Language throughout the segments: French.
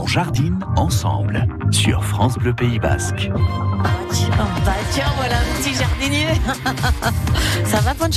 On jardine ensemble sur France Bleu Pays Basque. Tiens, voilà un petit jardinier. Ça va, Pancho ?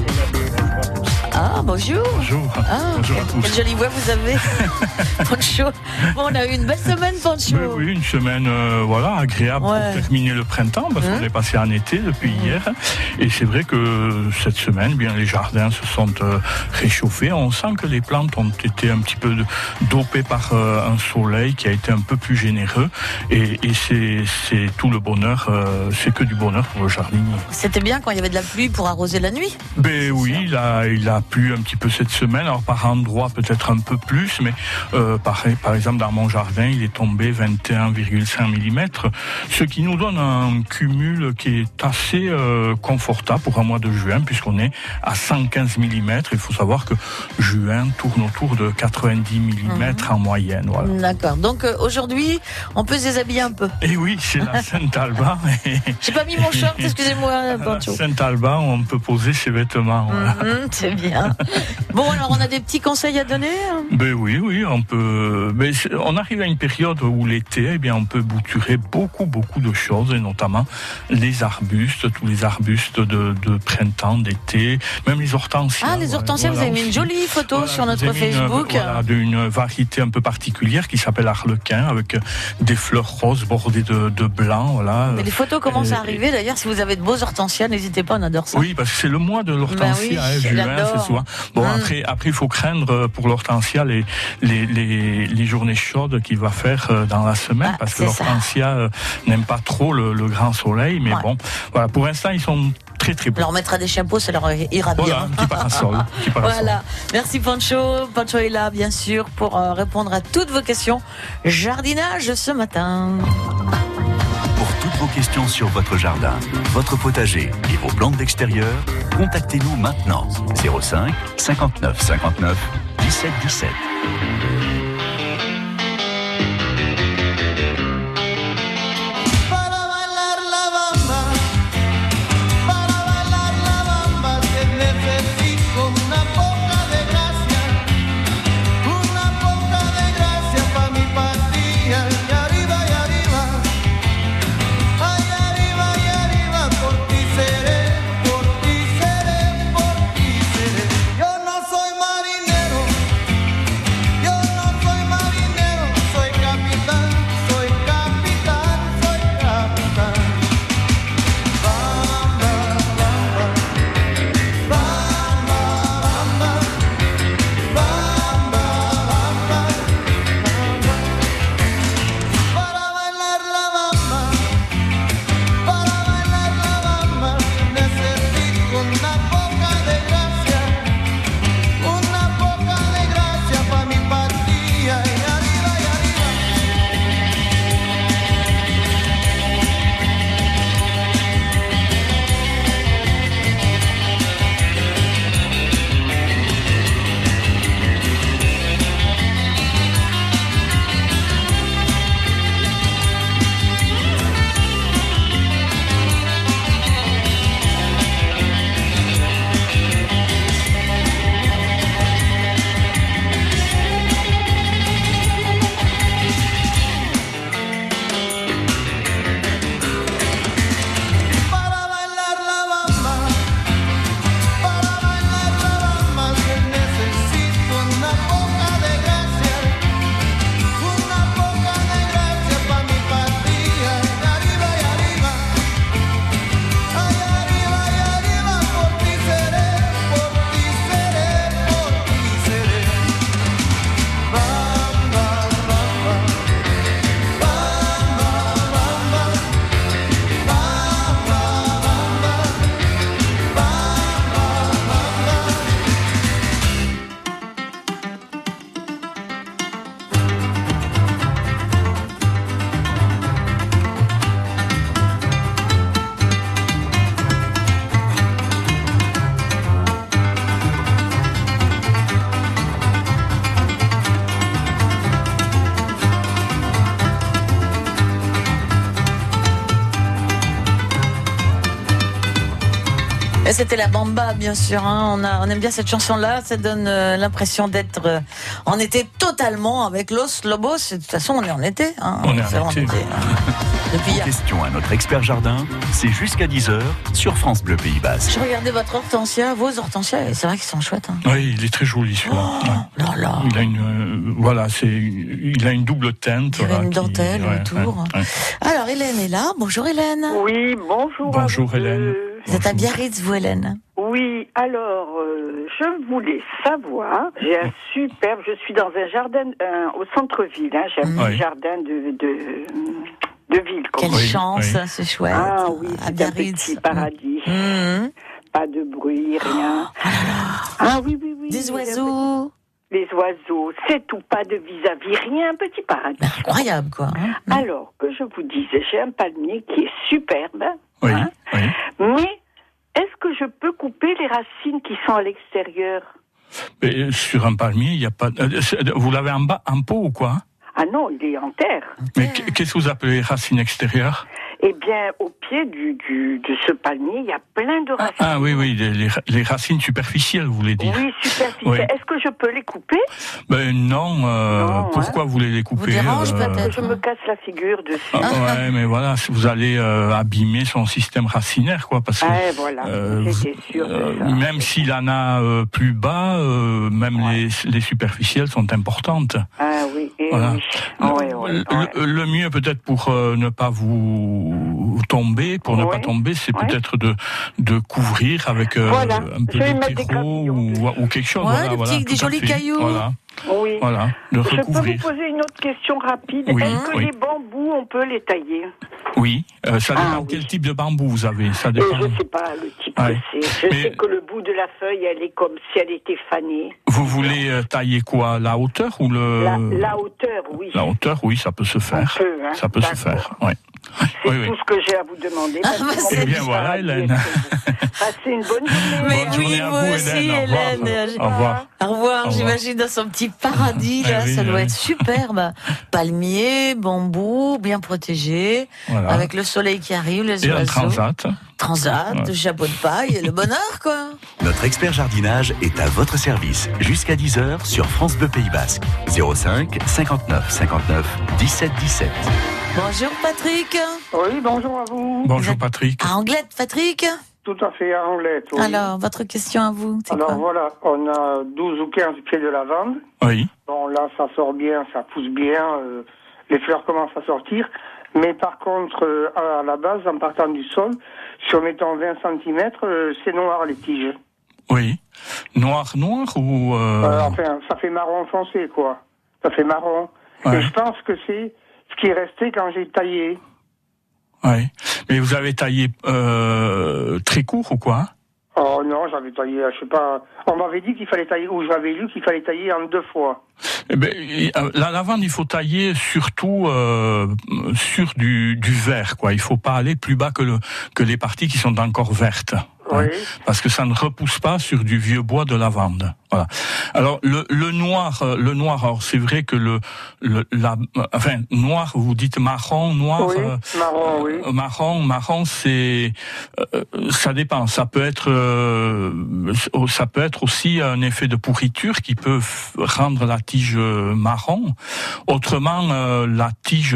Ah, bonjour. Bonjour. Bonjour à tous. Quelle jolie voix vous avez, Pancho. Bon, on a eu une belle semaine, Pancho. Oui, une semaine agréable pour terminer le printemps, parce qu'on est passé en été depuis hier. Et c'est vrai que cette semaine, les jardins se sont réchauffés. On sent que les plantes ont été un petit peu dopées par un soleil qui a été un peu plus généreux. Et c'est tout le bonheur, c'est que du bonheur pour le jardinier. C'était bien quand il y avait de la pluie pour arroser la nuit ? Oui, il a plu un petit peu cette semaine. Alors par endroits peut-être un peu plus, mais par exemple dans mon jardin, il est tombé 21,5 mm, ce qui nous donne un cumul qui est assez confortable pour un mois de juin, puisqu'on est à 115 mm. Il faut savoir que juin tourne autour de 90 mm en moyenne. Voilà. D'accord. Donc aujourd'hui, on peut se déshabiller un peu. Et oui, c'est la Saint-Alban. J'ai pas mis mon short, excusez-moi, Pancho. Saint-Alban, on peut poser ses vêtements. Voilà. C'est bien. Bon, alors on a des petits conseils à donner ? Oui, on peut. Mais on arrive à une période où l'été, on peut bouturer beaucoup de choses, et notamment les arbustes, tous les arbustes de printemps, d'été, même les hortensias. Ah, les hortensias, vous avez mis une jolie photo sur notre Facebook. D'une variété un peu particulière qui s'appelle Arlequin, avec des fleurs roses bordées de blanc. Voilà. Mais les photos commencent à arriver, d'ailleurs, si vous avez de beaux hortensias, n'hésitez pas, on adore ça. Oui, parce que c'est le mois de l'hortensia, juin, c'est souvent. Bon, après, il faut craindre pour l'hortensia les journées chaudes qu'il va faire dans la semaine, parce que l'hortensia n'aime pas trop le grand soleil, mais bon, voilà, pour l'instant, ils sont très bons. On leur mettra des chapeaux, ça leur ira bien. Voilà, un petit parasol. Voilà. Merci Pancho. Pancho est là, bien sûr, pour répondre à toutes vos questions jardinage ce matin. Pour toutes vos questions sur votre jardin, votre potager et vos plantes d'extérieur, contactez-nous maintenant. 05 59 59 17 17. Yo no soy marinero, yo Et c'était la Bamba, bien sûr. Hein. On aime bien cette chanson-là. Ça donne l'impression d'être en été totalement avec Los Lobos. De toute façon, on est en été. Hein. On est en été. Depuis hier. Question à notre expert jardin, c'est jusqu'à 10h sur France Bleu Pays Basque. Je regardais votre hortensia, vos hortensias, et c'est vrai qu'ils sont chouettes. Hein. Oui, il est très joli celui-là. Oh, là là. Il a il a une double teinte. Il y a une dentelle autour. Ouais. Alors, Hélène est là. Bonjour Hélène. Oui, bonjour. Bonjour Hélène. Vous êtes à Biarritz, vous Hélène? Oui, alors, je voulais savoir, j'ai un superbe, je suis dans un jardin au centre-ville, hein, j'ai un petit jardin de ville. Quelle chance, c'est chouette. Ah oui, à c'est Biarritz. un petit paradis. Pas de bruit, rien. Oh là là. Ah oui. Des oiseaux. Les oiseaux, c'est tout, pas de vis-à-vis, rien, un petit paradis. Incroyable, quoi. Hein. Alors, que je vous disais, j'ai un palmier qui est superbe. Oui, hein, oui. Mais, est-ce que je peux couper les racines qui sont à l'extérieur? Mais sur un palmier, il n'y a pas. Vous l'avez en pot ou quoi? Ah non, il est en terre. Mais qu'est-ce que vous appelez racines extérieures? Eh bien, au pied de ce palmier, il y a plein de racines. Ah oui, les racines superficielles, vous voulez dire? Oui, superficielles. Oui. Est-ce que je peux les couper? Ben non, pourquoi vous voulez les couper? Vous dérange peut-être? Je me casse la figure dessus. Ouais, mais voilà, vous allez abîmer son système racinaire, quoi, parce que voilà, j'étais sûre de ça. même s'il en a plus bas, même les superficielles sont importantes. Ah oui, Voilà. oui. Le mieux peut-être pour ne pas vous tomber, c'est peut-être de couvrir avec un peu de terreau ou quelque chose. Des jolis cailloux. Oui. Voilà, de Je peux recouvrir. vous poser une autre question rapide. Oui, Est-ce que les bambous, on peut les tailler? Oui, ça dépend quel type de bambou vous avez. Ça dépend. Je ne sais pas le type que c'est. Je sais que le bout de la feuille, elle est comme si elle était fanée. Vous voulez tailler quoi? La hauteur ou le... La hauteur, oui. La hauteur, oui, ça peut se faire. Ça peut se faire, oui. C'est tout ce que j'ai à vous demander. Eh bien voilà, Hélène. Passez une bonne journée. Mais oui, vous aussi, Hélène. Au revoir. Au revoir, j'imagine dans son petit paradis, là, ça doit être superbe. Palmier, bambou, bien protégé, avec le soleil qui arrive, les oiseaux. Et un transat. Transat, chapeau de paille, et le bonheur, quoi. Notre expert jardinage est à votre service jusqu'à 10h sur France Bleu Pays Basque. 05 59 59 17 17. Bonjour Patrick. Oui, bonjour à vous. Bonjour Patrick. À Anglette, Patrick? Tout à fait, à Anglette. Oui. Alors, votre question à vous, c'est Alors quoi? voilà, on a 12 ou 15 pieds de lavande. Oui. Bon, là, ça sort bien, ça pousse bien, les fleurs commencent à sortir. Mais par contre, à la base, en partant du sol, sur mettons 20 cm, c'est noir les tiges. Oui. Noir ou... Enfin, ça fait marron foncé, quoi. Ça fait marron. Ouais. Et je pense que c'est ce qui est resté quand j'ai taillé. Oui. Mais vous avez taillé très court ou quoi? Oh non, j'avais taillé, je sais pas. On m'avait dit qu'il fallait tailler, ou j'avais lu qu'il fallait tailler en 2 fois. Eh ben, la lavande, il faut tailler surtout sur du vert, quoi. Il faut pas aller plus bas que les parties qui sont encore vertes. Oui. Parce que ça ne repousse pas sur du vieux bois de lavande. Voilà. Alors le noir, alors c'est vrai que noir, vous dites marron, noir. Oui, marron, oui. Marron, c'est ça dépend. Ça peut être aussi un effet de pourriture qui peut rendre la tige marron. Autrement, la tige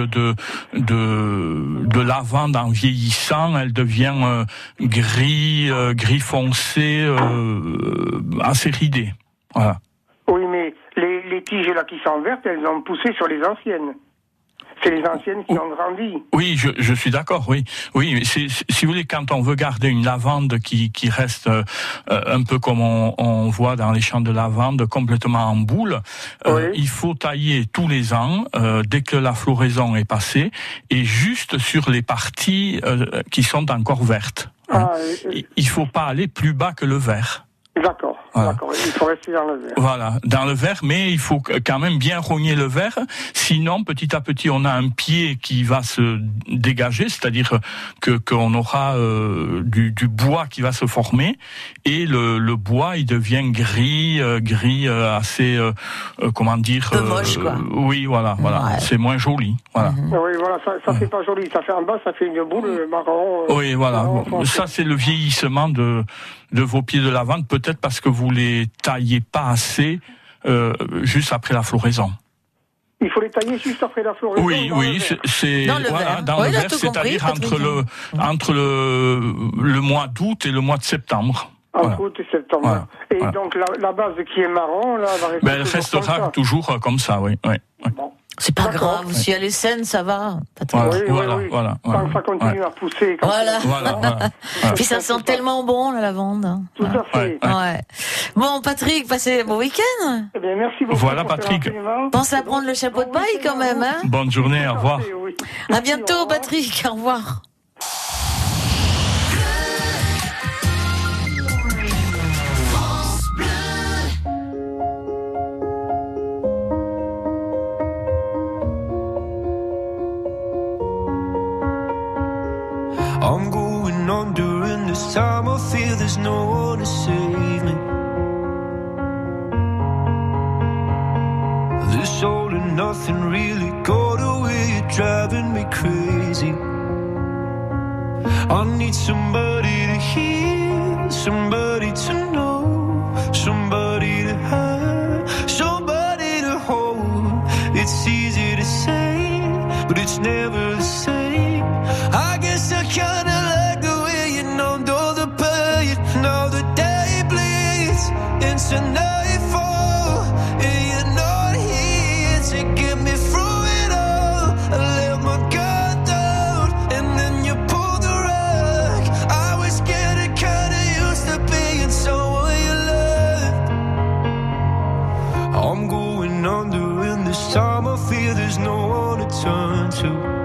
de lavande en vieillissant, elle devient gris foncé, assez ridé. Voilà. Oui, mais les tiges là qui sont vertes, elles ont poussé sur les anciennes. C'est les anciennes qui ont grandi. Oui, je suis d'accord, oui. Oui, mais si vous voulez, quand on veut garder une lavande qui reste un peu comme on voit dans les champs de lavande, complètement en boule, il faut tailler tous les ans, dès que la floraison est passée, et juste sur les parties qui sont encore vertes. Il faut pas aller plus bas que le vert. D'accord. Voilà. D'accord, il faut rester dans le verre. Voilà, dans le verre, mais il faut quand même bien rogner le verre. Sinon, petit à petit, on a un pied qui va se dégager, c'est-à-dire qu'on aura du bois qui va se former, et le bois, il devient gris assez, comment dire, peu moche, quoi. Oui, voilà, Ouais. c'est moins joli. Voilà. Oui, voilà, ça fait pas joli. Ça fait en bas, ça fait une boule marron. Oui, voilà. Marron, Ça, c'est le vieillissement de vos pieds de lavande, peut-être parce que vous les taillez pas assez juste après la floraison. Il faut les tailler juste après la floraison. Oui, c'est dans le voilà, verre. dans Oui, le là, verre, tout c'est-à-dire compris, entre le mois d'août et le mois de septembre. Entre août et septembre. Voilà. Et Voilà. donc la base qui est marron, là, va rester Elle restera toujours comme ça, oui. Bon. C'est pas D'accord. grave, si elle est saine, ça va. Voilà. Oui. Voilà. Tant que ça continue à pousser. Comme Voilà. Voilà. Puis ça sent tellement bon, la lavande. Tout à fait. Ouais. Bon, Patrick, passez un bon week-end. Eh bien, merci beaucoup. Voilà, pour ces Patrick. renseignements. Pensez à prendre le chapeau de paille quand même, hein. Bonne journée, au revoir. Oui. À bientôt, Patrick. Au revoir. I'm going under, and this time I feel there's no one to save me. This all and nothing really got away, you're driving me crazy. I need somebody to hear, somebody to know, somebody to have, somebody to hold. It's easy to say, but it's never the same. I guess I kinda like the way you numbed all the pain. Now the day bleeds into nightfall, and you're not here to get me through it all. I let my guard down, and then you pulled the rug. I was getting kinda used to being someone you loved. I'm going under, and this time I feel there's no one to turn to.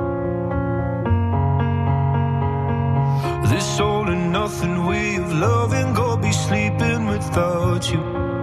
This all and nothing way of loving, go be sleeping without you.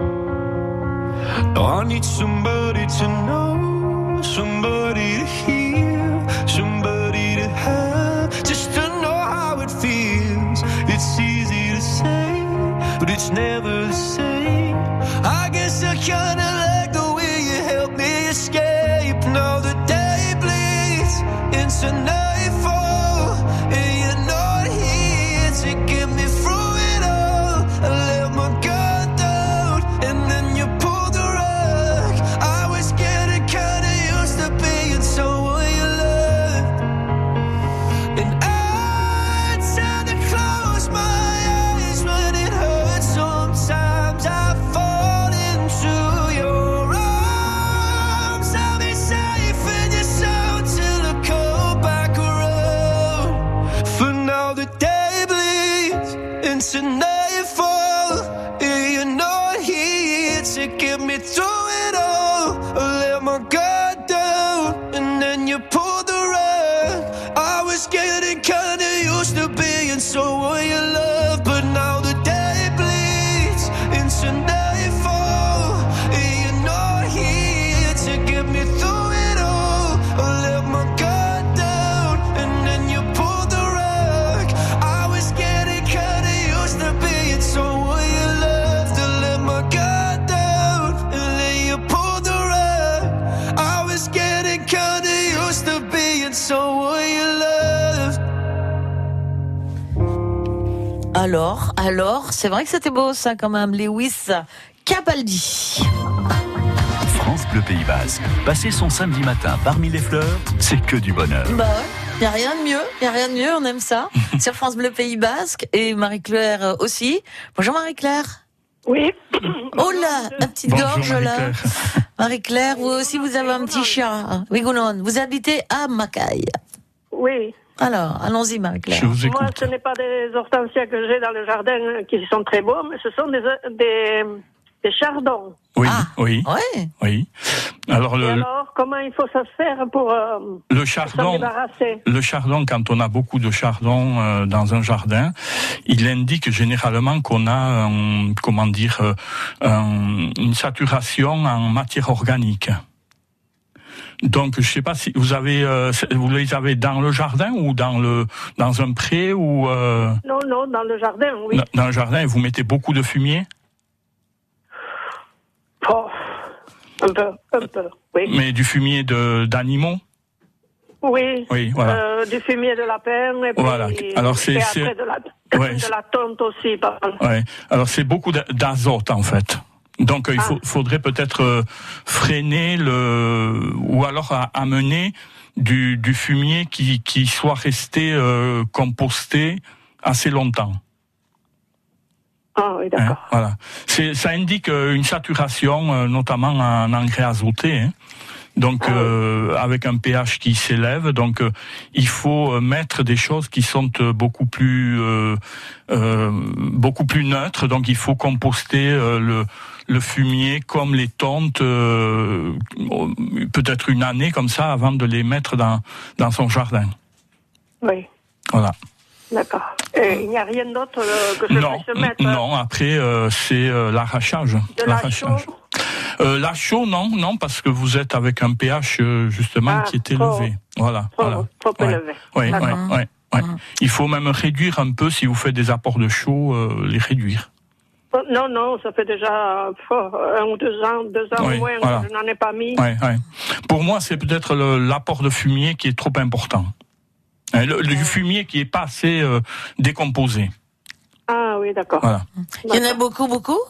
I need somebody to know, somebody to hear, somebody to have, just to know how it feels. It's easy to say, but it's never the same. I guess I kinda like the way you help me escape. Now the day bleeds into nightfall, and you're not here to get me through it all. I let my guard down, and then you pulled the rug. I was getting kinda used to being someone you loved, and I tend to close my eyes when it hurts. Sometimes I fall into your arms. I'll be safe in your sound till I come back around. For now the day bleeds into nightfall, and you're not here to get me through it all. I let my guard down, and then you pulled the rug. I was getting kinda used to being someone you love, but now the day bleeds into nightfall, and you're not here to get me through it all. I let my guard down, and then you pulled the rug. I was getting kinda used to being someone you loved. I let my guard down, and then you pulled the rug. I was getting kinda used to being someone you loved. Alors, c'est vrai que c'était beau ça quand même, Lewis Capaldi. France Bleu Pays Basque. Passer son samedi matin parmi les fleurs, c'est que du bonheur. Bah ouais, y a rien de mieux, on aime ça. Sur France Bleu Pays Basque, et Marie-Claire aussi. Bonjour Marie-Claire. Oui. Oh là, la petite Bonjour, gorge là. Marie-Claire. Marie-Claire, vous aussi vous avez un petit chat. Oui, Gounon, vous habitez à Macaille. Oui. Alors, allons-y Marie-Claire. Je vous écoute. Moi, ce n'est pas des hortensias que j'ai dans le jardin qui sont très beaux, mais ce sont Des chardons. Oui, Ah, oui, ouais. oui. Alors, Alors, comment il faut se faire pour le s'en chardon, débarrasser? le chardon, quand on a beaucoup de chardon dans un jardin, il indique généralement qu'on a, une saturation en matière organique. Donc, je sais pas si vous les avez dans le jardin ou dans un pré ou Non, dans le jardin, oui. Dans le jardin, et vous mettez beaucoup de fumier. Oh, un peu, oui. Mais du fumier d'animaux. Oui, Oui, voilà. du fumier de lapin, et puis Voilà. Alors, et après de la tonte aussi, par exemple. Ouais. Alors, c'est beaucoup d'azote, en fait. Donc, il faudrait peut-être freiner ou alors amener du fumier qui soit resté composté assez longtemps. Ah oui, d'accord. Voilà. Ça indique une saturation, notamment en engrais azoté. Donc, avec un pH qui s'élève, donc il faut mettre des choses qui sont beaucoup plus neutres. Donc, il faut composter le fumier comme les tontes, peut-être une année comme ça, avant de les mettre dans son jardin. Oui. Voilà. D'accord. Et il n'y a rien d'autre que je puisse mettre? Non, après, c'est l'arrachage. De la chaux? La chaux, non, parce que vous êtes avec un pH, justement, qui est élevé. Voilà. Trop élevé. Oui. Il faut même réduire un peu, si vous faites des apports de chaux, les réduire. Non, ça fait déjà 1 ou 2 ans au moins, que je n'en ai pas mis. Ouais. Pour moi, c'est peut-être l'apport de fumier qui est trop important. Le fumier qui est pas assez décomposé. Ah oui, d'accord. Voilà. Il y en a beaucoup?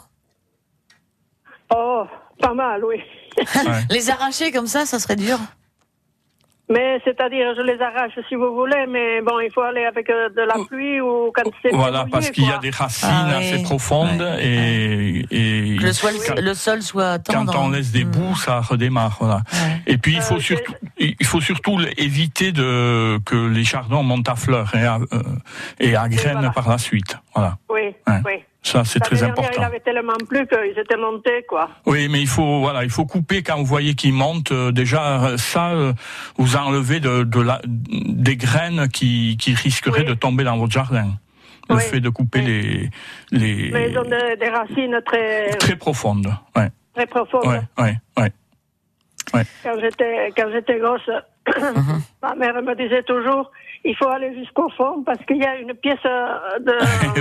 Oh, pas mal, oui. Les arracher comme ça serait dur. Mais c'est-à-dire, je les arrache si vous voulez, mais bon, il faut aller avec de la pluie ou quand c'est voilà, mouillé, parce qu'il y a des racines assez profondes et que le sol soit tendre. Quand on laisse des bouts, ça redémarre. Voilà. Ouais. Et puis il faut surtout éviter que les chardons montent à fleurs et à graines par la suite. Voilà. Oui. Ça, c'est très important. Il avait tellement plu qu'ils étaient montés, quoi. Oui, mais il faut couper quand vous voyez qu'ils montent. Déjà, ça, vous enlevez des graines qui risqueraient de tomber dans votre jardin. Le fait de couper les. Mais ils ont des racines très profondes. Ouais. Très profondes. Ouais. Quand j'étais grosse, ma mère me disait toujours, il faut aller jusqu'au fond parce qu'il y a une pièce de.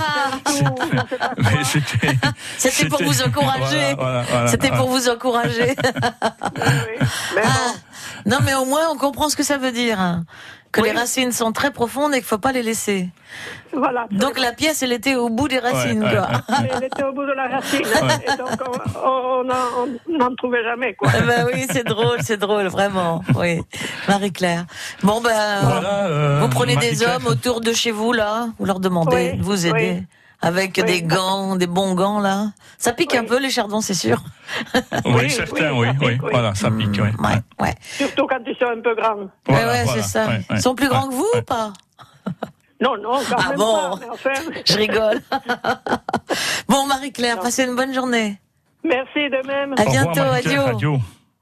Oui, c'était pour vous encourager. Voilà, c'était pour vous encourager. Mais non, mais au moins on comprend ce que ça veut dire. Que les racines sont très profondes et qu'il ne faut pas les laisser. Voilà. Donc la pièce, elle était au bout des racines, quoi. Elle était au bout de la racine. Et donc on n'en trouvait jamais, quoi. Oui, c'est drôle, vraiment. Oui, Marie-Claire. Bon, vous prenez des hommes autour de chez vous, là, vous leur demandez de vous aider. Avec des gants, des bons gants, là. Ça pique un peu, les chardons, c'est sûr. Oui, certains, oui. Voilà, ça pique, ouais. Surtout quand ils sont un peu grands. C'est ça. Ils sont plus grands que vous ou pas? Non, quand même pas, mais enfin... Je rigole. Bon, Marie-Claire, passez une bonne journée. Merci de même. À bientôt, adieu.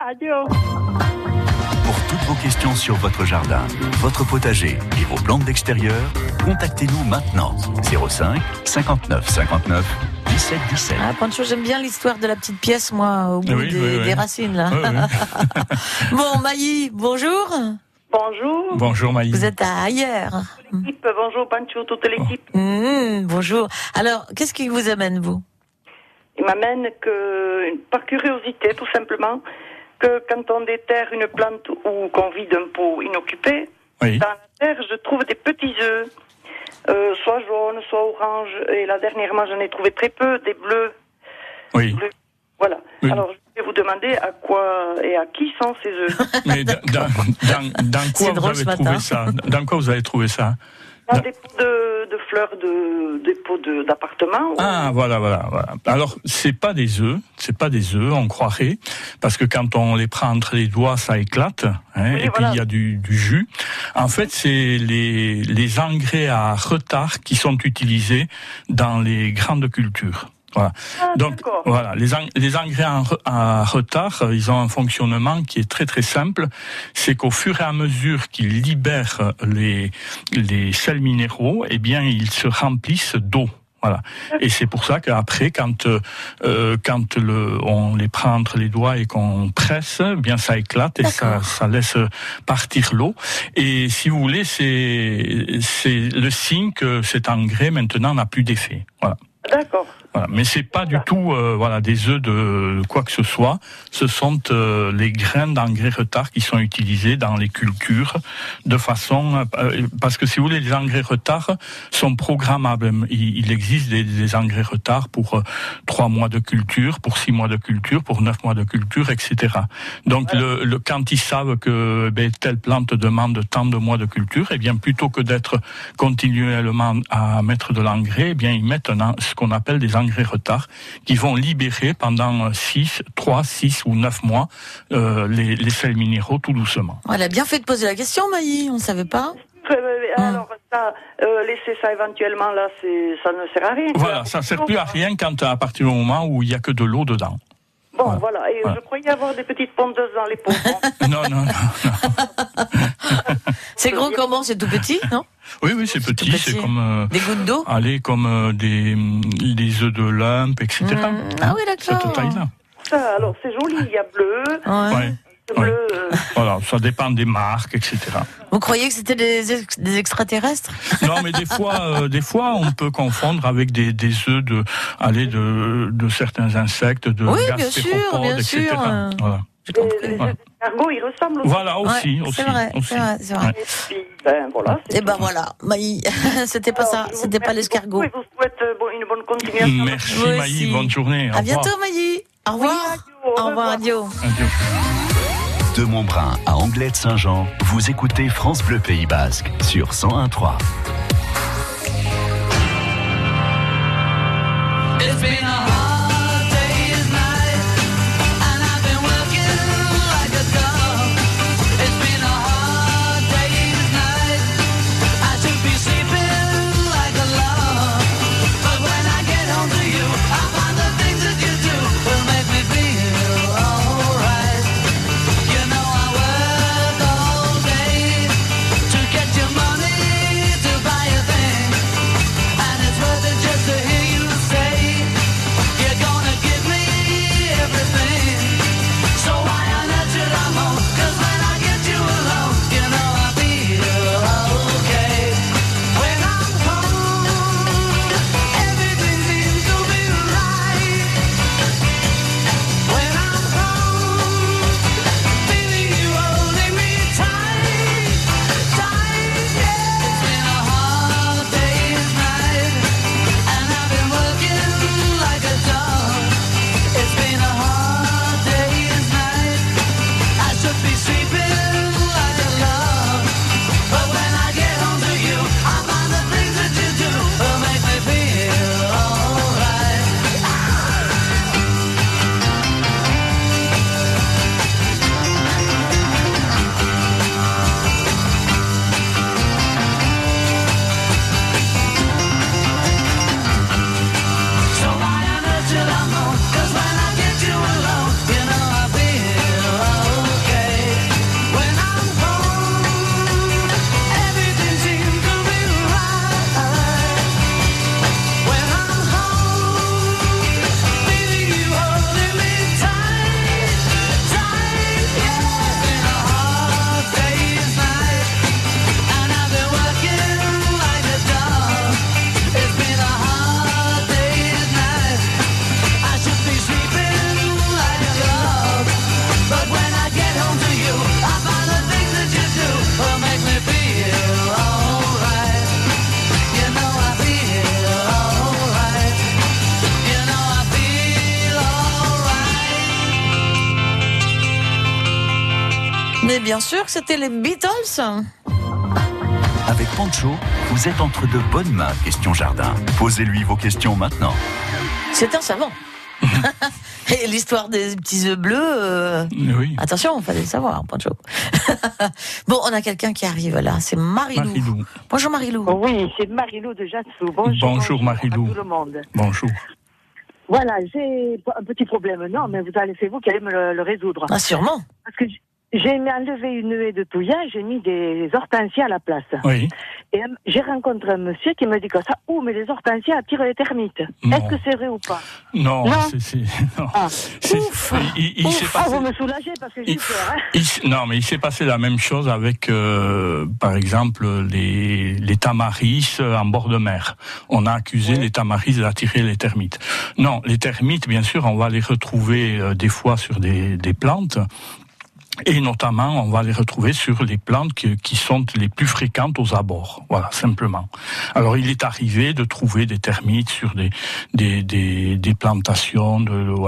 Pour toutes vos questions sur votre jardin, votre potager et vos plantes d'extérieur, contactez-nous maintenant. 05 59 59 17 17. Pancho, j'aime bien l'histoire de la petite pièce, moi, au bout des racines, là. Bon, Maï, bonjour. Bonjour. Bonjour, Maï. Vous êtes ailleurs. Bonjour, Pancho, toute l'équipe. Bonjour. Alors, qu'est-ce qui vous amène, vous? Il m'amène par curiosité, tout simplement, que quand on déterre une plante ou qu'on vide un pot inoccupé, dans la terre, je trouve des petits œufs, soit jaunes, soit oranges, et là, dernièrement, j'en ai trouvé très peu, des bleus. Oui. Bleus. Voilà. Oui. Alors, je vais vous demander à quoi et à qui sont ces œufs. Mais dans quoi vous avez trouvé ça? Dans quoi vous avez trouvé ça? Dans des pots de fleurs, des pots d'appartement. Ah, voilà. Alors, c'est pas des œufs, on croirait, parce que quand on les prend entre les doigts, ça éclate, puis il y a du jus. En fait, c'est les engrais à retard qui sont utilisés dans les grandes cultures. Voilà. Donc voilà, les engrais à retard, ils ont un fonctionnement qui est très très simple. C'est qu'au fur et à mesure qu'ils libèrent les sels minéraux, eh bien ils se remplissent d'eau. Voilà. Et c'est pour ça qu'après, quand on les prend entre les doigts et qu'on presse, eh bien ça éclate et ça laisse partir l'eau. Et si vous voulez, c'est le signe que cet engrais maintenant n'a plus d'effet. Voilà. D'accord. Voilà. Mais c'est pas du tout des œufs de quoi que ce soit. Ce sont les graines d'engrais retard qui sont utilisées dans les cultures de façon parce que si vous voulez, les engrais retard sont programmables. Il existe des engrais retard pour 3 mois de culture, pour 6 mois de culture, pour 9 mois de culture, etc. Donc quand ils savent que telle plante demande tant de mois de culture, eh bien plutôt que d'être continuellement à mettre de l'engrais, eh bien ils mettent ce qu'on appelle des engrais retard qui vont libérer pendant 3, 6 ou 9 mois les sels minéraux tout doucement. Elle a bien fait de poser la question, Maï, on ne savait pas. Alors ça, laisser ça éventuellement là, ça ne sert à rien. Voilà, ça ne sert plus à rien à partir du moment où il n'y a que de l'eau dedans. Bon, voilà. Et je croyais avoir des petites pondeuses dans les poumons. Non. C'est gros comment? C'est tout petit, non? Oui, c'est petit. C'est comme des gouttes d'eau. Allez, comme des œufs de lump, etc. Ah oui, d'accord. Cette taille-là. Ça, alors c'est joli. Il y a bleu. Ouais. Bleu. Voilà, ça dépend des marques, etc. Vous croyez que c'était des extraterrestres? Non, mais des fois, on peut confondre avec des œufs de certains insectes, de gastéropodes, etc. Voilà. Les escargots, ils ressemblent aussi. Voilà, aussi. C'est vrai. Et puis, voilà. Maï, c'était pas ça, c'était pas l'escargot. Je vous souhaite une bonne continuation. Merci Maï, bonne journée. À bientôt Maï. Au revoir. Au revoir, adieu. De Montbrun à Anglet-Saint-Jean, vous écoutez France Bleu Pays Basque sur 101.3. Mais bien sûr que c'était les Beatles. Avec Pancho, vous êtes entre de bonnes mains, question jardin. Posez-lui vos questions maintenant. C'est un savant. Et l'histoire des petits œufs bleus, oui. Attention, il fallait le savoir, Pancho. Bon, on a quelqu'un qui arrive là, c'est Marilou. Bonjour Marilou. Oui, c'est Marilou de Jatsou. Bonjour Marilou. À tout le monde. Bonjour. Voilà, j'ai un petit problème. Non, mais c'est vous qui allez me le résoudre. Ah, sûrement. Parce que j'ai enlevé une haie de Touya et j'ai mis des hortensias à la place. Oui. Et j'ai rencontré un monsieur qui me dit que ça, mais les hortensias attirent les termites. Non. Est-ce que c'est vrai ou pas? Non, non. Non. Ah. Il s'est passé... vous me soulagez parce que j'ai peur. Non, mais il s'est passé la même chose avec, par exemple, les tamaris en bord de mer. On a accusé les tamaris d'attirer les termites. Non, les termites, bien sûr, on va les retrouver des fois sur des plantes. Et notamment, on va les retrouver sur les plantes qui sont les plus fréquentes aux abords. Voilà, simplement. Alors, il est arrivé de trouver des termites sur des plantations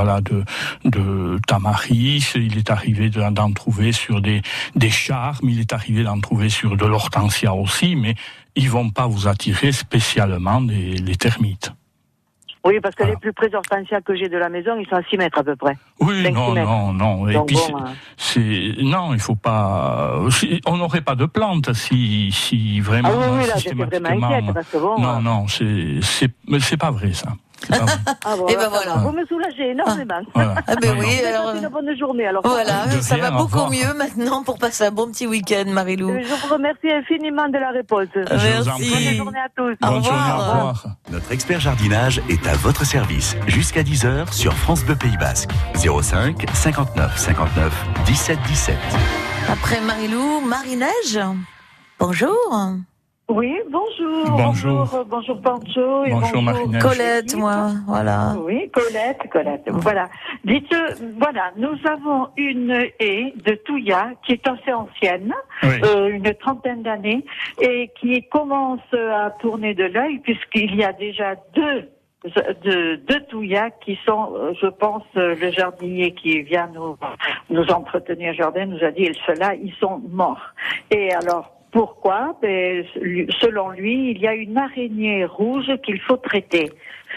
de tamaris. Il est arrivé d'en trouver sur des charmes. Il est arrivé d'en trouver sur de l'hortensia aussi. Mais ils vont pas vous attirer spécialement les termites. Oui, parce que les plus près hortensias que j'ai de la maison, ils sont à 6 mètres à peu près. Oui, non. Et donc, puis, non, il faut pas... On n'aurait pas de plantes si vraiment... Ah oui, là, j'étais vraiment inquiète, parce que bon... Non, c'est pas vrai, ça. Et ben voilà. Vous me soulagez énormément. Voilà. Ah ben oui, alors... une bonne journée, alors. Voilà, ça va beaucoup mieux maintenant pour passer un bon petit week-end, Marie-Lou. Je vous remercie infiniment de la réponse. Merci. Bonne journée à tous. Bonne journée, au revoir. Notre expert jardinage est à votre service jusqu'à 10h sur France Bleu Pays Basque. 05 59 59 17 17. Après Marie-Lou, Marie-Neige. Bonjour. Oui, bonjour. Bonjour Pancho. Et bonjour Marie-Neige. Colette, moi, voilà. Oui, Colette, voilà. Dites, voilà, nous avons une haie de Touya qui est assez ancienne, une trentaine d'années, et qui commence à tourner de l'œil puisqu'il y a déjà deux Touya qui sont, je pense, le jardinier qui vient nous entretenir jardin nous a dit, ceux-là, ils sont morts. Et alors, pourquoi? Selon lui, il y a une araignée rouge qu'il faut traiter.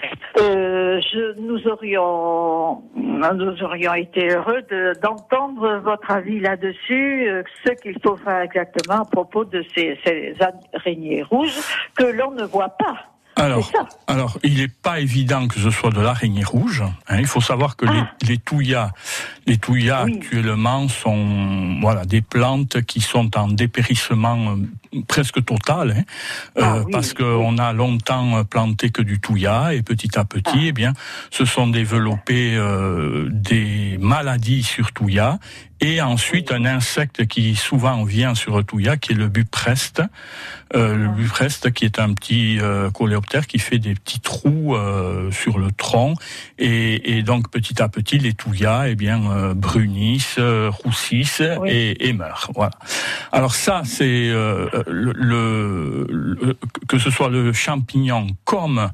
Nous aurions été heureux d'entendre votre avis là-dessus, ce qu'il faut faire exactement à propos de ces araignées rouges que l'on ne voit pas. Alors, il n'est pas évident que ce soit de l'araignée rouge. Il faut savoir que les Touya actuellement sont des plantes qui sont en dépérissement presque total, parce qu'on a longtemps planté que du Touya et petit à petit, se sont développées des maladies sur Touya. Et ensuite, un insecte qui souvent vient sur le Touya, qui est le bupreste. Le bupreste, qui est un petit coléoptère qui fait des petits trous sur le tronc. Et donc, petit à petit, les Touya, brunissent, roussissent et meurent. Voilà. Alors ça, c'est que ce soit le champignon comme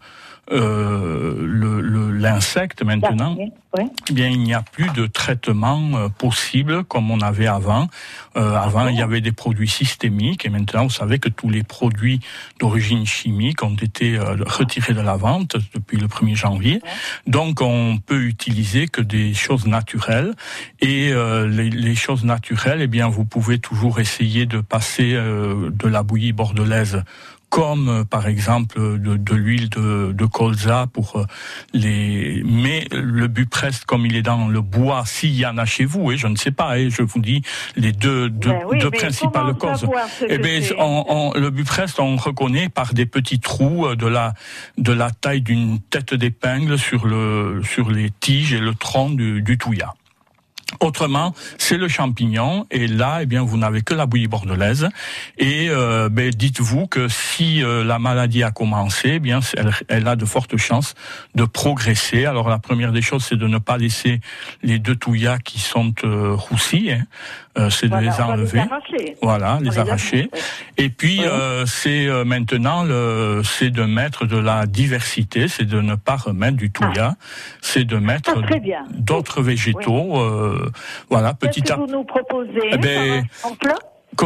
l'insecte maintenant, il n'y a plus de traitement possible comme on avait avant. Avant, il y avait des produits systémiques et maintenant, vous savez que tous les produits d'origine chimique ont été retirés de la vente depuis le 1er janvier. Donc, on peut utiliser que des choses naturelles et les choses naturelles, vous pouvez toujours essayer de passer de la bouillie bordelaise comme par exemple de l'huile de colza pour mais le bupreste comme il est dans le bois, s'il y en a chez vous, je ne sais pas, je vous dis les deux principales causes. Le bupreste on reconnaît par des petits trous de la taille d'une tête d'épingle sur les tiges et le tronc du Touya. Autrement, c'est le champignon, et là, vous n'avez que la bouillie bordelaise. Et dites-vous que si la maladie a commencé, elle a de fortes chances de progresser. Alors la première des choses, c'est de ne pas laisser les deux Touya qui sont roussis, c'est de les enlever. Les arracher. Et puis c'est maintenant c'est de mettre de la diversité, c'est de ne pas remettre du Touya, c'est de mettre d'autres végétaux. Petit Qu'est-ce que vous nous proposez en plat? Comment?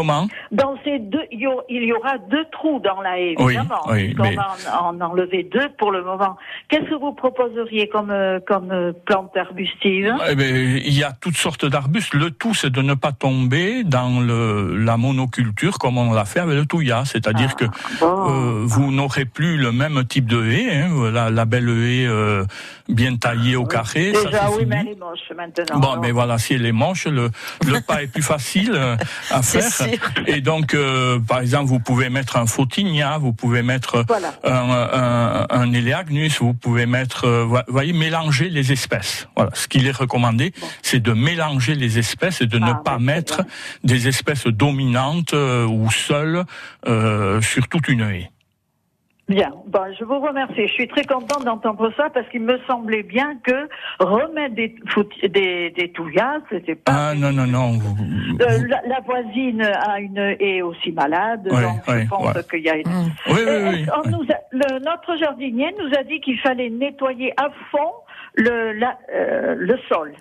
dans ces deux, il y aura 2 trous dans la haie, évidemment. Oui, on va en enlever 2 pour le moment. Qu'est-ce que vous proposeriez comme plante arbustive? Il y a toutes sortes d'arbustes. Le tout, c'est de ne pas tomber dans la monoculture comme on l'a fait avec le touya. C'est-à-dire que vous n'aurez plus le même type de haie, la belle haie bien taillée au carré. Déjà, ça, mais elle est moche maintenant. Bon, mais voilà, si elle est moche, le pas est plus facile à faire. Et donc, par exemple, vous pouvez mettre un photinia, vous pouvez mettre un Eleagnus, vous pouvez mettre, voyez, mélanger les espèces. Voilà, ce qu'il est recommandé, c'est de mélanger les espèces et de ne pas mettre des espèces dominantes ou seules sur toute une haie. Bien, je vous remercie. Je suis très contente d'entendre ça parce qu'il me semblait bien que remettre des touillas, c'était pas... Ah non. La voisine a une haie aussi malade, donc je pense qu'il y a une... Oui. Notre jardinier nous a dit qu'il fallait nettoyer à fond le sol.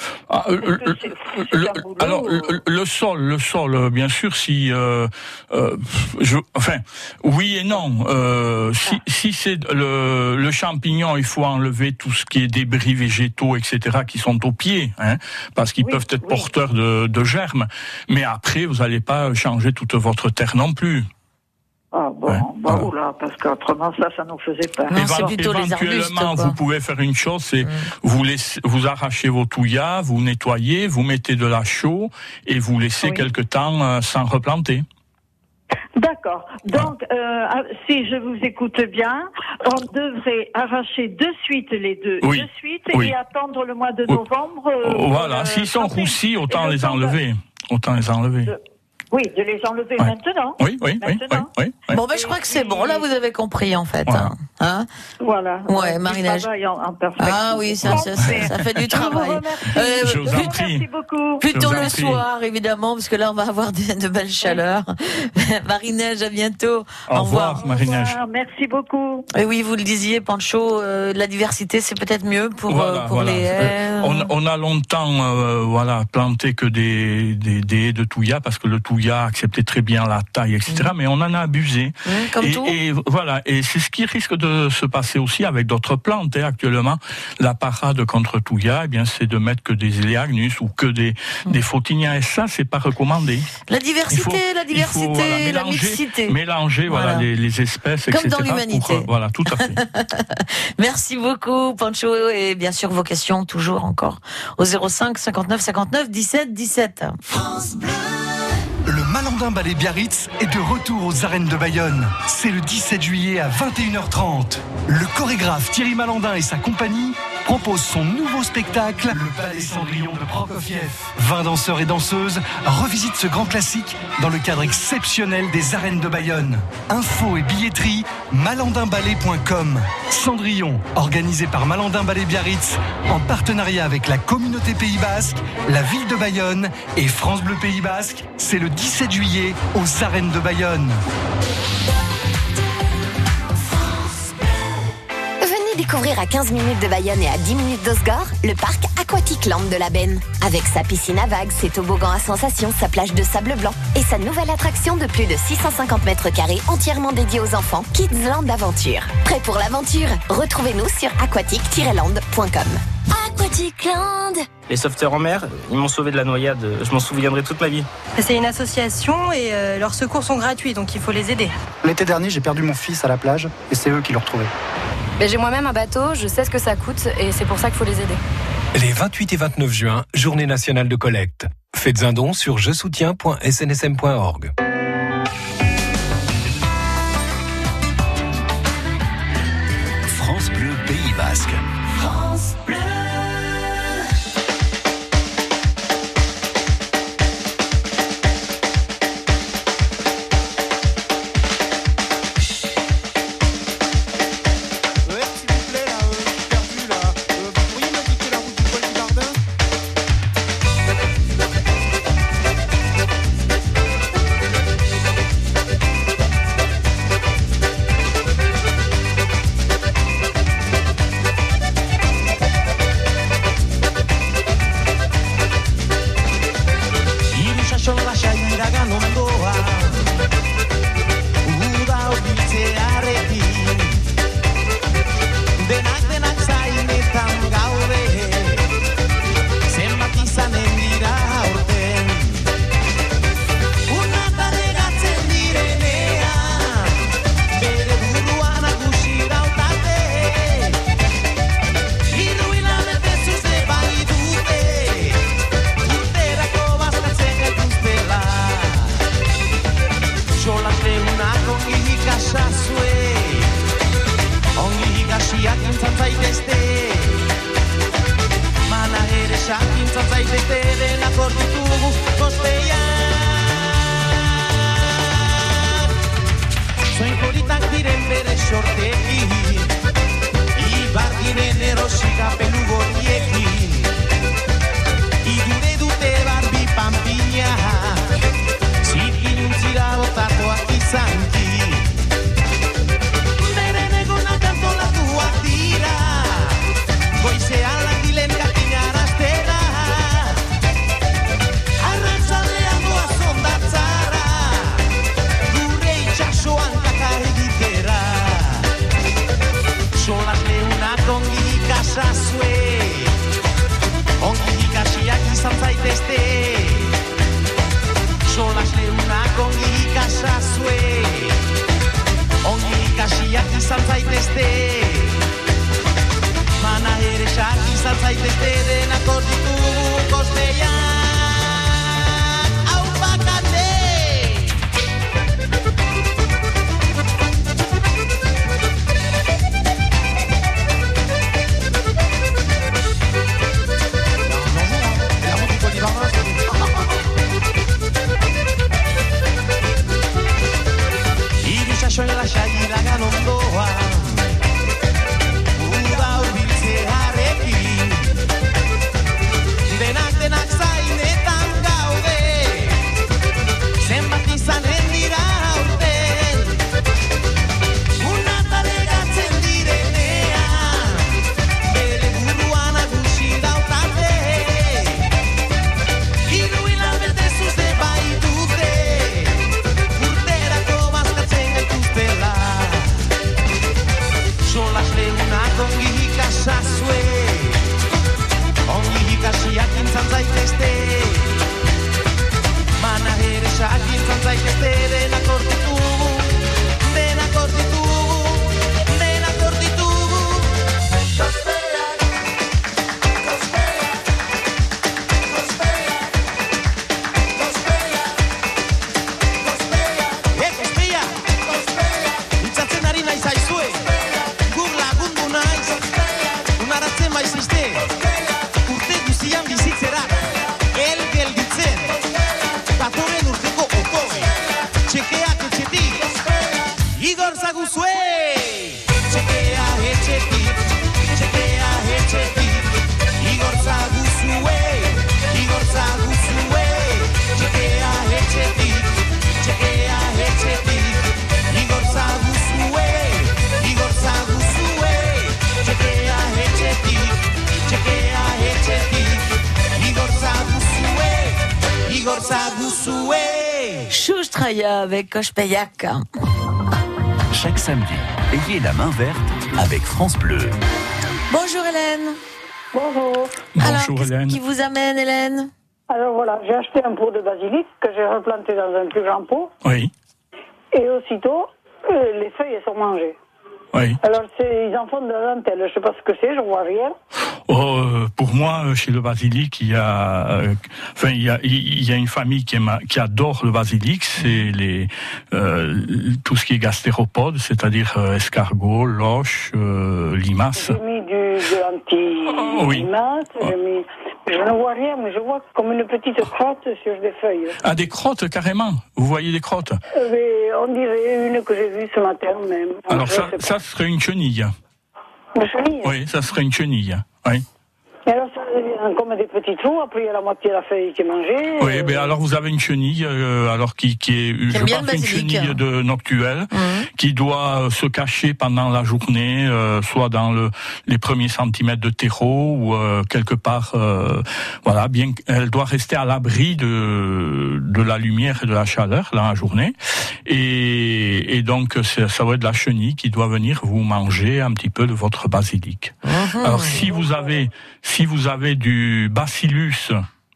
Alors le sol, bien sûr, si oui et non. Si c'est le champignon, il faut enlever tout ce qui est débris végétaux, etc., qui sont au pied, parce qu'ils peuvent être porteurs de germes. Mais après, vous n'allez pas changer toute votre terre non plus. Ah oula, parce qu'autrement ça nous faisait peur. Non, c'est plutôt les arbustes, éventuellement, vous pouvez faire une chose, c'est vous arrachez vos touillas, vous nettoyez, vous mettez de la chaux et vous laissez quelque temps sans replanter. D'accord. Donc, si je vous écoute bien, on devrait arracher de suite les deux de suite et attendre le mois de novembre. Voilà, s'ils sont roussis, autant les enlever. Oui, de les enlever maintenant. Oui. Bon, je crois que c'est bon. Là, vous avez compris, en fait. Voilà. Ouais, Marie-Neige. Ah oui, ça fait du travail. Je vous en prie. Merci beaucoup. Plutôt le soir, évidemment, parce que là, on va avoir de belles chaleurs. Marie-Neige, à bientôt. Au revoir, Marie-Neige. Merci beaucoup. Et oui, vous le disiez, Pancho, la diversité, c'est peut-être mieux pour les haies. On a longtemps, planté que des haies de touya, parce que le touya acceptait très bien la taille, etc. Mais on en a abusé. Comme tout. Et voilà. Et c'est ce qui risque de se passer aussi avec d'autres plantes. Actuellement, la parade contre touya, c'est de mettre que des Eleagnus ou que des photinias. Et ça, c'est pas recommandé. La diversité, la mixité. Mélanger, les espèces, etc. Comme dans l'humanité. Voilà, tout à fait. Merci beaucoup, Pancho. Et bien sûr, vos questions, toujours encore, au 05 59 59 17 17. France Bleu. Le Malandin Ballet Biarritz est de retour aux arènes de Bayonne. C'est le 17 juillet à 21h30. Le chorégraphe Thierry Malandin et sa compagnie proposent son nouveau spectacle, le Ballet Cendrillon de Prokofiev. 20 danseurs et danseuses revisitent ce grand classique dans le cadre exceptionnel des arènes de Bayonne. Infos et billetterie, malandinballet.com. Cendrillon, organisé par Malandin Ballet Biarritz, en partenariat avec la communauté Pays Basque, la ville de Bayonne et France Bleu Pays Basque. C'est le 17 juillet aux arènes de Bayonne. Venez découvrir à 15 minutes de Bayonne et à 10 minutes d'Osgore le parc Aquatic Land de la Benne. Avec sa piscine à vagues, ses toboggans à sensations, sa plage de sable blanc et sa nouvelle attraction de plus de 650 mètres carrés entièrement dédiée aux enfants, Kids Land Aventure. Prêt pour l'aventure? Retrouvez-nous sur aquatic-land.com. Aquatic Land. Les sauveteurs en mer, ils m'ont sauvé de la noyade. Je m'en souviendrai toute ma vie. C'est une association et leurs secours sont gratuits, donc il faut les aider. L'été dernier, j'ai perdu mon fils à la plage et c'est eux qui l'ont retrouvé. Mais j'ai moi-même un bateau, je sais ce que ça coûte et c'est pour ça qu'il faut les aider. Les 28 et 29 juin, journée nationale de collecte. Faites un don sur jesoutiens.snsm.org. France Bleu Pays Basque. France Bleu. leunak ongi ikasazue, ongi ikasiak izan zaitezte, manajeresak izan zaitezte, denak hor ditugu kospeiak. Irisasoen lasai lagan ondoan, uda urbiltzearekin, denak zainetan gaude, zenbat izanen dira aurten, unatalegatzen direnean, bere buruan nagusi dautate, hiru hilabete zuzte baitute, urterako bazkatzen gaituztela, solas leunak ongi ikasazue, ongi ikasiak intzan zaitezte, manajeresak intzan zaitezte, denak hor ditugu, denak hor ditugu, denak hor ditugu. Kospeiak, kospeiak, kospeiak, kospeiak, kospeiak, kospeiak, itzatzen ari nahi zaizue, gur lagundu naiz, unaratzen baizizte, urte guzian bizitzera, el gelditzen, datorren urteko okoi, txekeak etxetik, Igor Zaguzue, txekea etxetik, txekea etxetik, Igor Zaguzue, Igor Zaguzue, txekea etxetik, txekea etxetik, Igor Zaguzue, Igor Zaguzue, txekea etxetik, txekea etxetik, Igor Zaguzue, Igor Zaguzue. Choustraya avec Kospeiak. Chaque samedi, ayez la main verte avec France Bleu. Bonjour Hélène. Bonjour. Alors, Bonjour qu'est-ce Hélène. qui vous amène Hélène? Alors voilà, j'ai acheté un pot de basilic que j'ai replanté dans un plus grand pot. Oui, Et aussitôt, les feuilles elles sont mangées. oui. Alors ils en font de la dentelle. Je sais pas ce que c'est, je vois rien. Pour moi, chez le basilic, il y a une famille qui adore le basilic, c'est tout ce qui est gastéropodes, c'est-à-dire escargot, loche, limaces. J'ai mis de l'anti-limace, je ne vois rien, mais je vois comme une petite crotte sur des feuilles. Ah, des crottes, carrément. Vous voyez des crottes? Mais on dirait une que j'ai vue ce matin même. Alors ça serait une chenille. Une chenille? Oui, ça serait une chenille. Oui. Et alors ça devient comme des petits trous, après il y a la moitié de la feuille qui est mangée. Oui, mais alors vous avez une chenille, qui est, je pense, une chenille de noctuelle, qui doit se cacher pendant la journée, soit dans les premiers centimètres de terreau ou quelque part, voilà, bien qu'elle doit rester à l'abri de la lumière et de la chaleur dans la journée, et donc ça va être la chenille qui doit venir vous manger un petit peu de votre basilic. Alors si vous avez du bacillus,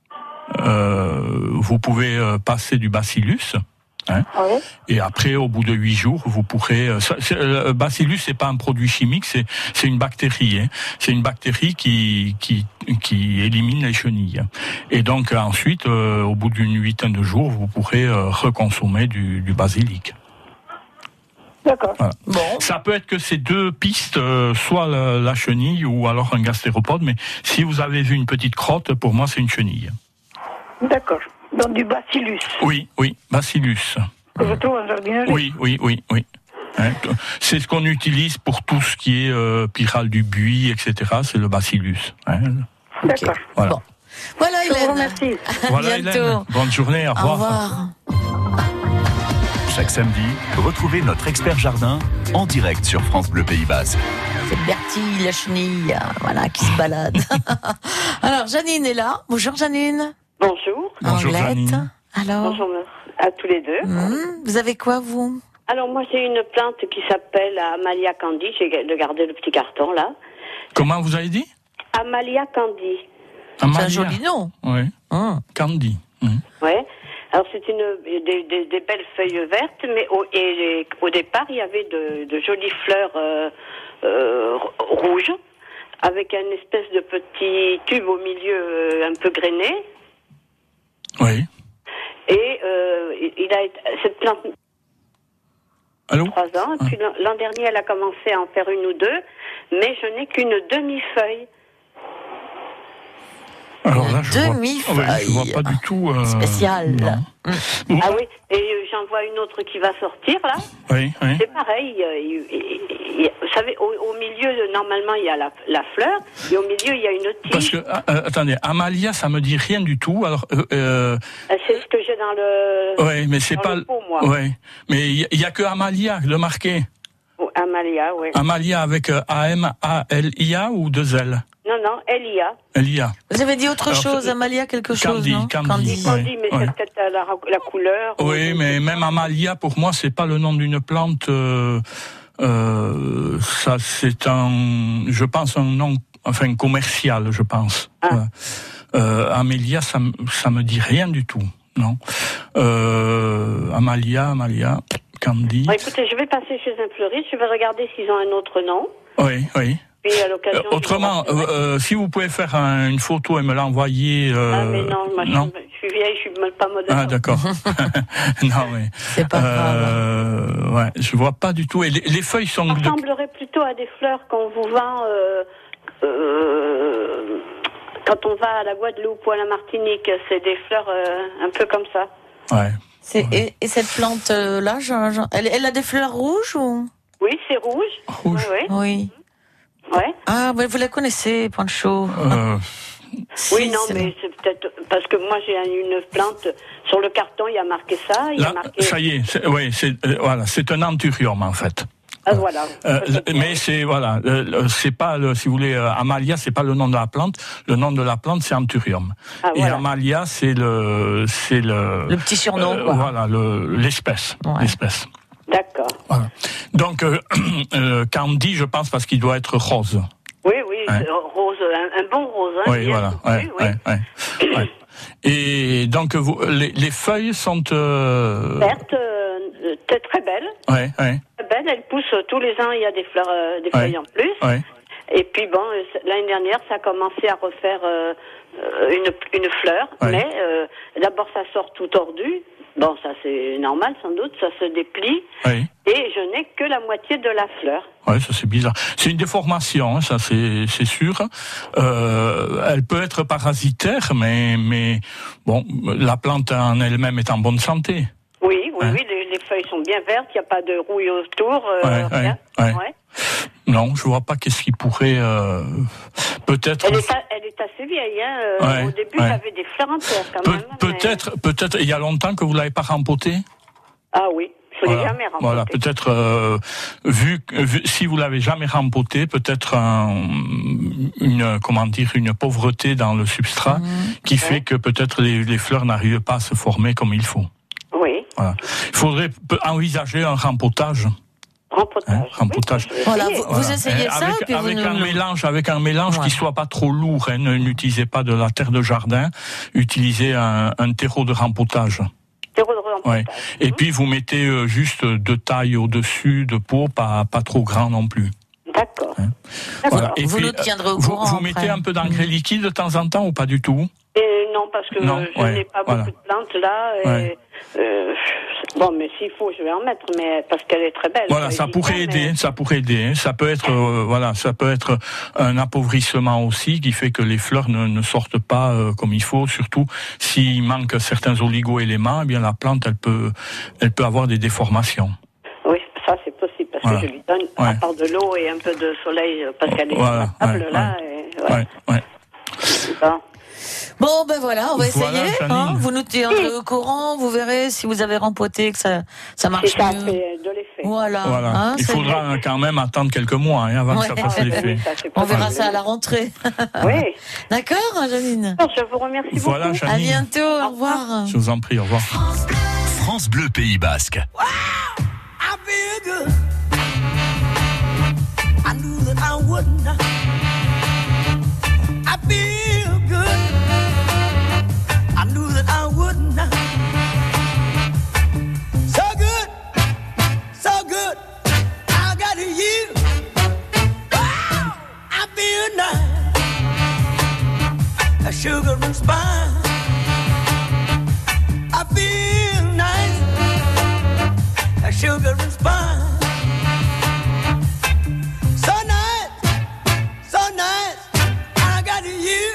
vous pouvez passer du bacillus. Hein, et après, au bout de 8 jours, vous pourrez. Le bacillus, c'est pas un produit chimique, c'est une bactérie. Hein, c'est une bactérie qui élimine les chenilles. Et donc ensuite, au bout d'une huitaine de jours, vous pourrez reconsommer du basilic. D'accord. Voilà. Bon. Ça peut être que ces deux pistes, soit la chenille ou alors un gastéropode, mais si vous avez vu une petite crotte, pour moi c'est une chenille. D'accord. Donc du bacillus. Oui, bacillus. Que je trouve en jardinerie. Oui. Hein, c'est ce qu'on utilise pour tout ce qui est pyrale du buis, etc. C'est le bacillus. Hein. D'accord. Voilà. Bon. Voilà Hélène. Je vous remercie. Voilà Hélène. Bonne journée. Au revoir. Au revoir. Chaque samedi, retrouvez notre expert jardin en direct sur France Bleu Pays Basque. C'est Bertie, la chenille, voilà, qui se balade. Alors, Janine est là. Bonjour Janine. Bonjour. Bonjour Janine. Alors. Bonjour à tous les deux. Vous avez quoi, vous? Alors, moi, j'ai une plante qui s'appelle Amalia Candy. J'ai gardé le petit carton, là. Comment vous avez dit? Amalia Candy. C'est un joli nom. Oui. Candy. Ouais. Alors c'est des belles feuilles vertes, mais au départ il y avait de jolies fleurs rouges, avec un espèce de petit tube au milieu un peu grainé. Oui. Et cette plante... Allô? 3 ans. Puis l'an dernier, elle a commencé à en faire une ou deux, mais je n'ai qu'une demi-feuille. Alors là, je vois pas du tout... spécial. Ah oui, et j'en vois une autre qui va sortir, là. Oui. C'est pareil. Vous savez, au milieu, normalement, il y a la fleur, et au milieu, il y a une tige. Parce que, attendez, Amalia, ça me dit rien du tout. Alors, c'est ce que j'ai dans le... Oui, mais c'est pas... le pot, moi. Oui, mais il y a que Amalia, le marqué. Amalia, oui. Amalia avec A-M-A-L-I-A ou 2 L? Non, Elia. Elia. Vous avez dit autre chose, Amalia, quelque chose, non? Candy, mais c'est peut-être la couleur. Oui, mais même Amalia, pour moi, c'est pas le nom d'une plante. Ça, c'est je pense, un nom, enfin, commercial, je pense. Amélia, ça me dit rien du tout, non. Amalia, Candy. Bon, écoutez, je vais passer chez un fleuriste, je vais regarder s'ils ont un autre nom. Oui. Puis à l'occasion. Autrement, si vous pouvez faire une photo et me l'envoyer. Mais non, moi, je suis vieille, je suis pas moderne. Ah, d'accord. Non, mais. C'est pas grave. Ouais, je vois pas du tout. Et les feuilles sont. Ça ressemblerait plutôt à des fleurs qu'on vous vend quand on va à la Guadeloupe ou à la Martinique. C'est des fleurs un peu comme ça. Ouais. Et cette plante-là, elle a des fleurs rouges ou? Oui, c'est rouge. Oui. Ouais. Ah, vous la connaissez, Pancho. Oui, non, mais c'est peut-être parce que moi j'ai une plante sur le carton, il y a marqué ça. Ça y est, voilà, c'est un anthurium en fait. Ah, voilà. Mais c'est pas si vous voulez, Amalia, c'est pas le nom de la plante. Le nom de la plante, c'est anthurium. Ah, voilà. Et Amalia, c'est le petit surnom. Voilà, l'espèce. Ouais. L'espèce. D'accord. Voilà. Donc, Candy, je pense, parce qu'il doit être rose. Oui, rose, un bon rose. Hein, oui, voilà. Ouais. Et donc, les feuilles sont... vertes, très belles. Ouais. Très belles, elles poussent tous les ans, il y a des fleurs, des feuilles en plus. Ouais. Et puis bon, l'année dernière, ça a commencé à refaire une fleur, mais d'abord ça sort tout tordu. Bon, ça c'est normal sans doute, ça se déplie. Oui. Et je n'ai que la moitié de la fleur. Oui, ça c'est bizarre. C'est une déformation, hein, ça c'est sûr. Elle peut être parasitaire, mais bon, la plante en elle-même est en bonne santé. Oui, les feuilles sont bien vertes, il n'y a pas de rouille autour. Rien. Ouais. Non, je vois pas qu'est-ce qui pourrait peut-être. Elle est assez vieille, hein. Au début, elle avait des fleurs entières quand même. Peut-être. Il y a longtemps que vous l'avez pas rempotée. Ah oui, je l'ai jamais rempotée. Voilà, peut-être vu si vous l'avez jamais rempotée, peut-être une pauvreté dans le substrat qui fait que peut-être les fleurs n'arrivent pas à se former comme il faut. Oui. Voilà. Il faudrait envisager un rempotage. Rempotage. Oui, voilà, vous essayez ça avec un mélange qui soit pas trop lourd. Hein. N'utilisez pas de la terre de jardin. Utilisez un terreau de rempotage. Ouais. Et puis vous mettez juste de taille au-dessus de pot, pas trop grand non plus. D'accord. Hein. Voilà. Et vous puis, nous tiendrez au courant. Vous mettez un peu d'engrais liquide de temps en temps ou pas du tout? Non, parce que je n'ai pas beaucoup de plantes là. Bon, mais s'il faut, je vais en mettre, mais parce qu'elle est très belle. Voilà, ça pourrait aider. Ça peut être, ça peut être un appauvrissement aussi qui fait que les fleurs ne sortent pas comme il faut. Surtout s'il manque certains oligo-éléments, eh bien la plante, elle peut avoir des déformations. Oui, ça c'est possible parce que je lui donne à part de l'eau et un peu de soleil parce qu'elle est stable là. Bon, ben voilà, on va essayer. Hein, vous nous tiendrez au courant, vous verrez si vous avez rempoté que ça marche mieux. Ça fait de l'effet. Voilà. Hein, il faudra quand même attendre quelques mois avant que ça fasse l'effet. On verra ça à la rentrée. Oui. D'accord, Janine. Je vous remercie beaucoup. Voilà, Janine. À bientôt, au revoir. Je vous en prie, au revoir. France Bleu Pays Basque. Wow, I feel good. I knew that I wouldn't. I feel good. I knew that I would not. So good, so good. I got you. Wow, I feel nice. A sugar and spice. I feel nice. A sugar and spice. So nice, so nice. I got you.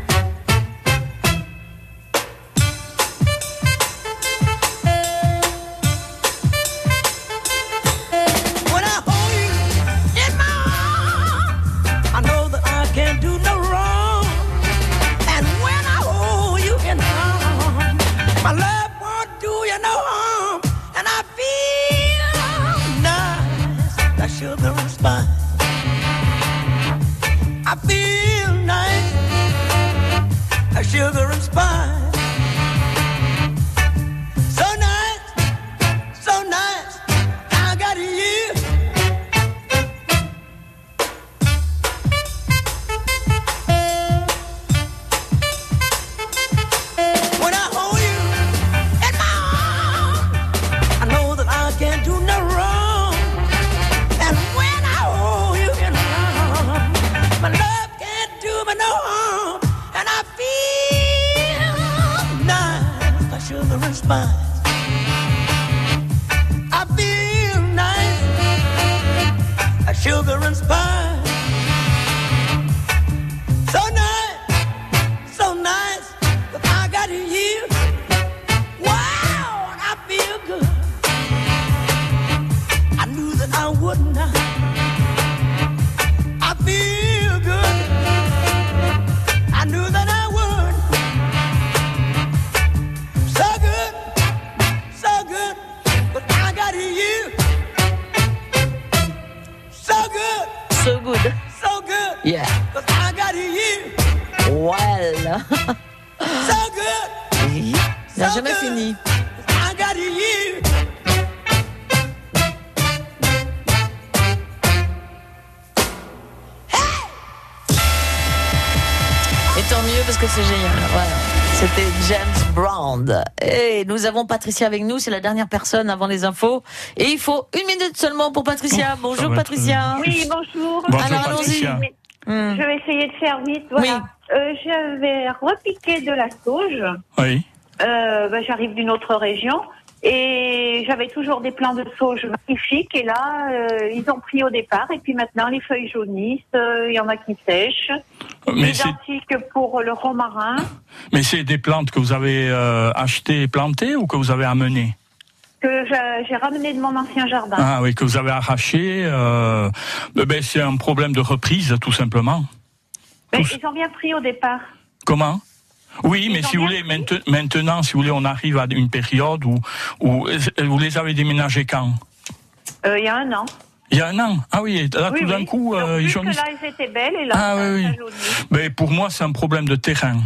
When I hold you in my arms, I know that I can't do no wrong. And when I hold you in my arms, my love won't do you no harm. And I feel nice, like sugar and spice. I feel nice, like sugar and spice. So nice, so nice. I got you. When I hold you in my arms, I know that I can't do no wrong. And when I hold you in my arms, my love can't do me no harm. And I feel nice, like sugar and spice. I feel nice, like sugar and spice. So nice, so nice, that I got you. Wow, and I feel good. I knew that I would not. I feel good. I knew that I would. So good, so good, but I got you. So good, So good. so good, Yeah. but I got you. Well. So good, Il n'a jamais fini. I got you. Et tant mieux parce que c'est génial. Voilà. C'était James Brown. Et nous avons Patricia avec nous, c'est la dernière personne avant les infos. Et il faut 1 minute seulement pour Patricia. Bonjour Patricia. Oui, bonjour. Alors allons-y. Je vais essayer de faire vite. Voilà. Je vais repiquer de la sauge. Oui. J'arrive d'une autre région. Et j'avais toujours des plants de sauge magnifiques. Et là, ils ont pris au départ. Et puis maintenant, les feuilles jaunissent. Il y en a qui sèchent. Mais Identique pour le romarin. Mais c'est des plantes que vous avez achetées et plantées ou que vous avez amenées? Que j'ai ramené de mon ancien jardin. Ah oui, que vous avez arraché. C'est un problème de reprise, tout simplement. Mais ils ont bien pris au départ. Comment? Oui, mais si vous voulez, maintenant, si vous voulez, on arrive à une période où vous les avez déménagés quand? Il y a 1 an. Il y a 1 an. Ah oui, là tout d'un coup, ils jaunissent. Là, ils étaient belles et là, ah oui, ça oui. jaunit. Mais pour moi, c'est un problème de terrain.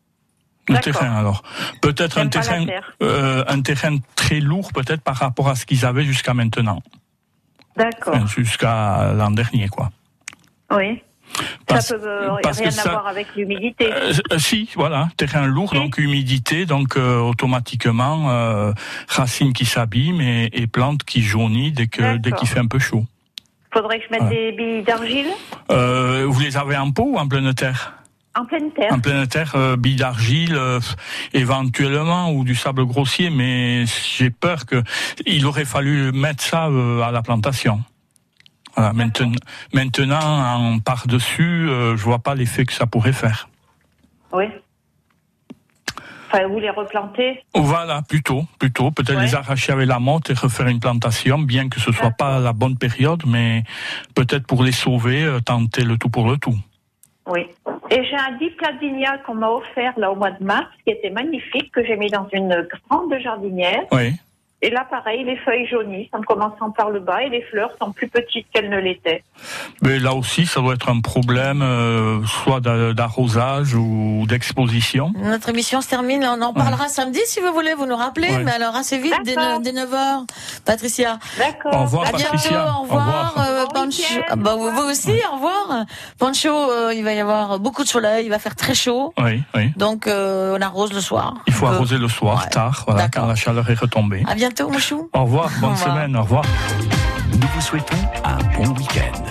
Alors peut-être un terrain très lourd, peut-être par rapport à ce qu'ils avaient jusqu'à maintenant. D'accord. Enfin, jusqu'à l'an dernier, quoi. Oui. Ça peut rien avoir avec l'humidité. Si, voilà, terrain lourd, donc humidité, donc automatiquement racines qui s'abîment et plantes qui jaunissent dès qu'il fait un peu chaud. Faudrait que je mette des billes d'argile. Vous les avez en pot ou en pleine terre? En pleine terre. En pleine terre, billes d'argile, éventuellement, ou du sable grossier, mais j'ai peur il aurait fallu mettre ça à la plantation. Voilà, maintenant, en par-dessus, je vois pas l'effet que ça pourrait faire. Oui. Enfin, vous les replantez? Voilà, plutôt. Peut-être les arracher avec la motte et refaire une plantation, bien que ce soit pas la bonne période, mais peut-être pour les sauver, tenter le tout pour le tout. Oui. Et j'ai un dipladénia qu'on m'a offert là au mois de mars, qui était magnifique, que j'ai mis dans une grande jardinière. Oui. Et là, pareil, les feuilles jaunissent en commençant par le bas et les fleurs sont plus petites qu'elles ne l'étaient. Mais là aussi, ça doit être un problème, soit d'arrosage ou d'exposition. Notre émission se termine, on en parlera samedi si vous voulez, vous nous rappelez, mais alors assez vite, dès 9h. Patricia. D'accord. Au revoir, à bientôt, Patricia. au revoir. Pancho. Bah, vous aussi, au revoir. Pancho, il va y avoir beaucoup de soleil, il va faire très chaud. Oui. Donc, on arrose le soir. Il faut arroser le soir, tard, voilà, quand la chaleur est retombée. À bientôt, mon chou. Au revoir, bonne semaine, au revoir. Nous vous souhaitons un bon week-end.